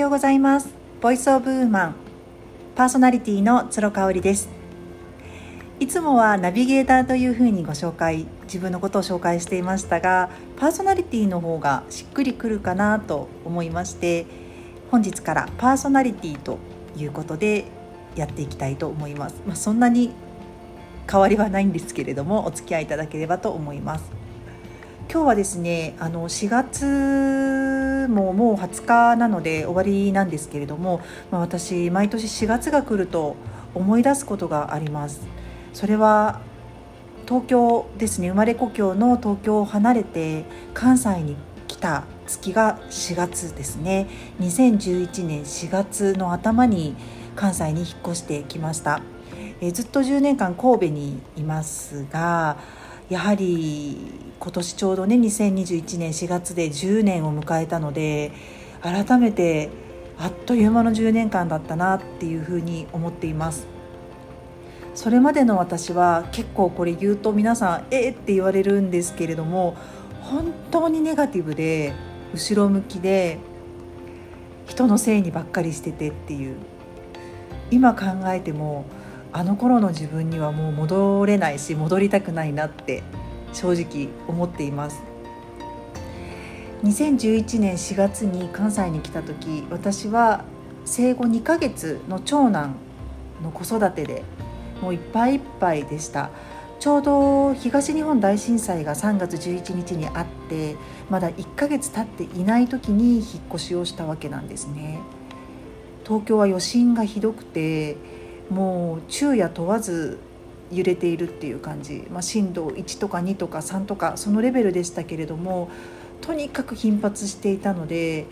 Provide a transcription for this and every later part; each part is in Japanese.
うございます。ボイスオブウーマンパーソナリティの鶴香織です。いつもはナビゲーターというふうに自分のことを紹介していましたが、パーソナリティの方がしっくりくるかなと思いまして、本日からパーソナリティということでやっていきたいと思います。そんなに変わりはないんですけれども、お付き合いいただければと思います。今日はですね、4月ももう20日なので終わりなんですけれども、私毎年4月が来ると思い出すことがあります。それは東京ですね。生まれ故郷の東京を離れて関西に来た月が4月ですね。2011年4月の頭に関西に引っ越してきました。ずっと10年間神戸にいますが、やはり今年ちょうどね2021年4月で10年を迎えたので、改めてあっという間の10年間だったなっていうふうに思っています。それまでの私は結構これ言うと皆さんって言われるんですけれども、本当にネガティブで後ろ向きで人のせいにばっかりしててっていう、今考えてもあの頃の自分にはもう戻れないし戻りたくないなって正直思っています。2011年4月に関西に来た時、私は生後2ヶ月の長男の子育てでもういっぱいいっぱいでした。ちょうど東日本大震災が3月11日にあって、まだ1ヶ月経っていない時に引っ越しをしたわけなんですね。東京は余震がひどくて、もう昼夜問わず揺れているっていう感じ、震度1とか2とか3とかそのレベルでしたけれども、とにかく頻発していたので、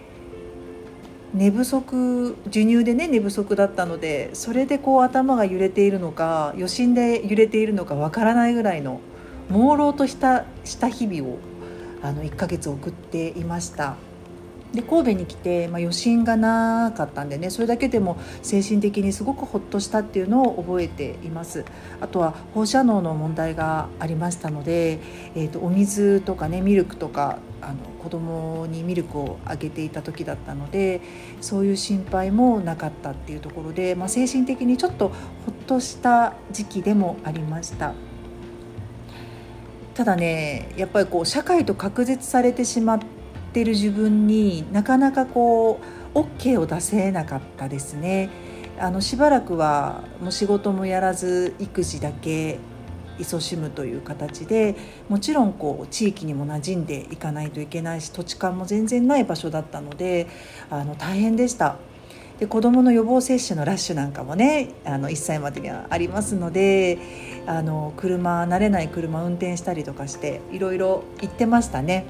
授乳でね寝不足だったので、それで頭が揺れているのか余震で揺れているのかわからないぐらいの朦朧とした日々を1ヶ月送っていました。で神戸に来て、余震がなかったんでね、それだけでも精神的にすごくほっとしたっていうのを覚えています。あとは放射能の問題がありましたので、お水とかねミルクとか子供にミルクをあげていた時だったので、そういう心配もなかったっていうところで、精神的にちょっとほっとした時期でもありました。ただね、やっぱり社会と隔絶されてしまってる自分になかなかOK を出せなかったですね。しばらくはもう仕事もやらず育児だけ勤しむという形で、もちろん地域にも馴染んでいかないといけないし、土地勘も全然ない場所だったので大変でした。で子どもの予防接種のラッシュなんかもね1歳までにはありますので、慣れない車運転したりとかしていろいろ行ってましたね。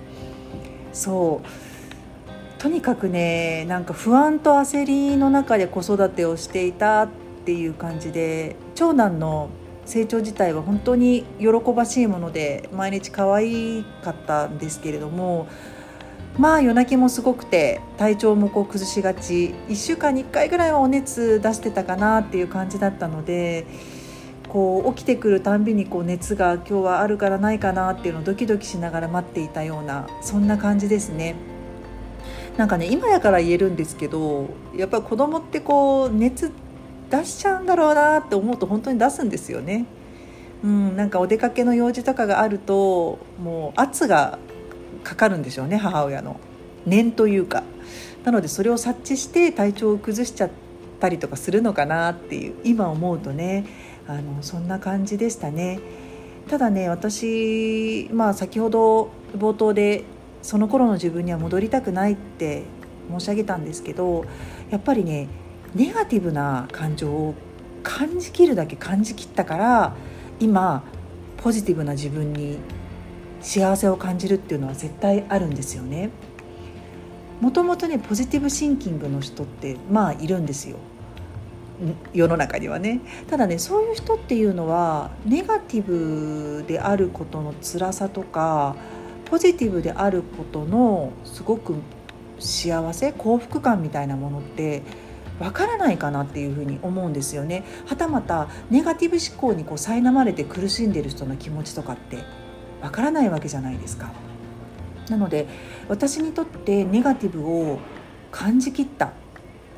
とにかくね、不安と焦りの中で子育てをしていたっていう感じで、長男の成長自体は本当に喜ばしいもので毎日可愛かったんですけれども、夜泣きもすごくて体調も崩しがち、1週間に1回ぐらいはお熱出してたかなっていう感じだったので、起きてくるたんびに熱が今日はあるからないかなっていうのをドキドキしながら待っていたような、そんな感じですね。今やから言えるんですけど、やっぱり子供って熱出しちゃうんだろうなって思うと本当に出すんですよね。お出かけの用事とかがあるともう圧がかかるんでしょうね、母親の念というか。なのでそれを察知して体調を崩しちゃったりとかするのかなっていう、今思うとねそんな感じでしたね。ただね、私、先ほど冒頭でその頃の自分には戻りたくないって申し上げたんですけど、やっぱりねネガティブな感情を感じきるだけ感じきったから、今ポジティブな自分に幸せを感じるっていうのは絶対あるんですよね。もともとねポジティブシンキングの人っているんですよ、世の中にはね。ただね、そういう人っていうのはネガティブであることの辛さとかポジティブであることのすごく幸せ、幸福感みたいなものってわからないかなっていうふうに思うんですよね。はたまたネガティブ思考に苛まれて苦しんでいる人の気持ちとかってわからないわけじゃないですか。なので私にとってネガティブを感じきった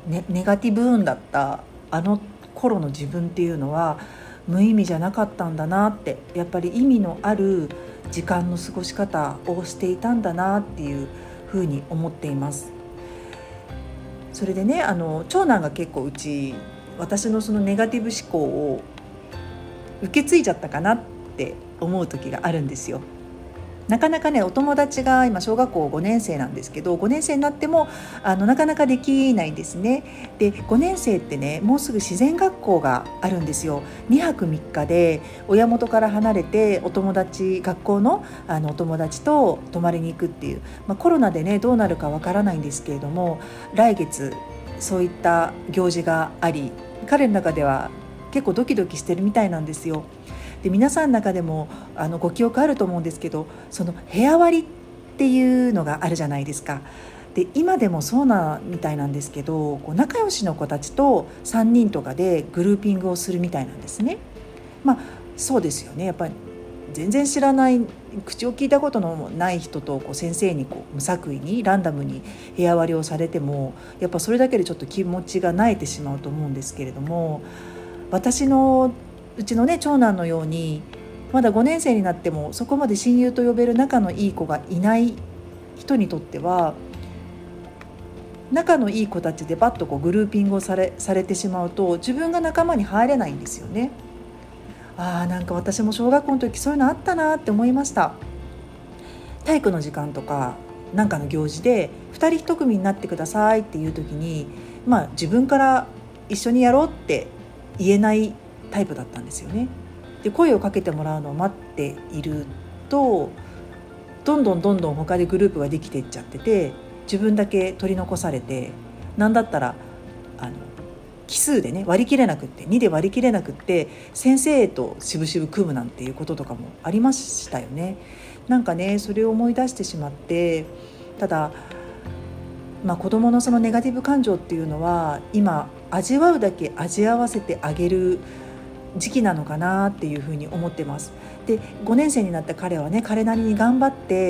ネガティブーンだったあの頃の自分っていうのは無意味じゃなかったんだなって、やっぱり意味のある時間の過ごし方をしていたんだなっていうふうに思っています。それでね、長男が結構私のそのネガティブ思考を受け継いじゃったかなって思う時があるんですよ。なかなかね、お友達が今小学校5年生なんですけど、5年生になってもなかなかできないんですね。で5年生ってね、もうすぐ自然学校があるんですよ。2泊3日で親元から離れてお友達、学校のお友達と泊まりに行くっていう、コロナでねどうなるかわからないんですけれども、来月そういった行事があり、彼の中では結構ドキドキしてるみたいなんですよ。で皆さんの中でもご記憶あると思うんですけど、その部屋割りっていうのがあるじゃないですか。で今でもそうなみたいなんですけど、仲良しの子たちと3人とかでグルーピングをするみたいなんですね。そうですよね。やっぱり全然知らない、口を聞いたことのない人と先生に無作為にランダムに部屋割りをされても、やっぱそれだけでちょっと気持ちが萎えてしまうと思うんですけれども、うちのね長男のようにまだ5年生になってもそこまで親友と呼べる仲のいい子がいない人にとっては、仲のいい子たちでバッとグルーピングをされてしまうと、自分が仲間に入れないんですよね。なんか私も小学校の時そういうのあったなって思いました。体育の時間とかなんかの行事で2人1組になってくださいっていう時に、自分から一緒にやろうって言えないタイプだったんですよね。で声をかけてもらうのを待っていると、どんどん他でグループができていっちゃってて、自分だけ取り残されて、なんだったら奇数でね割り切れなくって、2で割り切れなくって先生としぶしぶ組むなんていうこととかもありましたよね。なんかねそれを思い出してしまって、ただ子どものそのネガティブ感情っていうのは今味わうだけ味わわせてあげる時期なのかなっていうふうに思ってます。で5年生になった彼はね、彼なりに頑張って、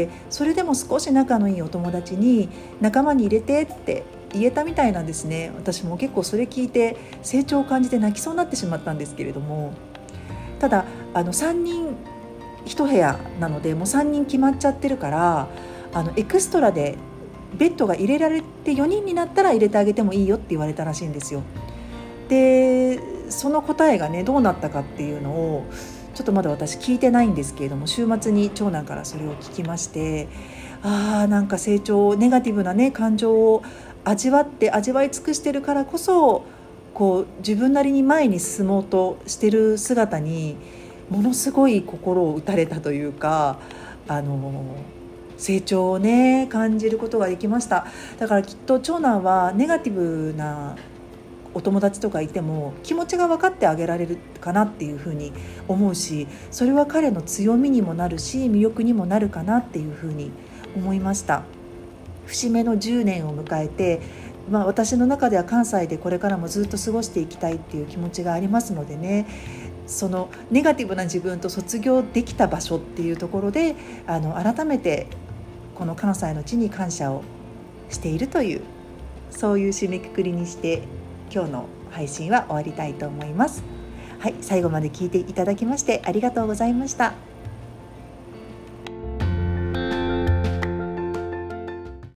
それでも少し仲のいいお友達に仲間に入れてって言えたみたいなんですね。私も結構それ聞いて成長を感じて泣きそうになってしまったんですけれども、ただ3人1部屋なのでもう3人決まっちゃってるから、エクストラでベッドが入れられて4人になったら入れてあげてもいいよって言われたらしいんですよ。でその答えがねどうなったかっていうのをちょっとまだ私聞いてないんですけれども、週末に長男からそれを聞きまして、なんか成長、ネガティブなね感情を味わい尽くしてるからこそ、自分なりに前に進もうとしてる姿にものすごい心を打たれたというか、成長をね感じることができました。だからきっと長男はネガティブなお友達とかいても気持ちが分かってあげられるかなっていうふうに思うし、それは彼の強みにもなるし魅力にもなるかなっていうふうに思いました。節目の10年を迎えて、私の中では関西でこれからもずっと過ごしていきたいっていう気持ちがありますのでね、そのネガティブな自分と卒業できた場所っていうところで改めてこの関西の地に感謝をしているという、そういう締めくくりにして今日の配信は終わりたいと思います。はい、最後まで聞いていただきましてありがとうございました。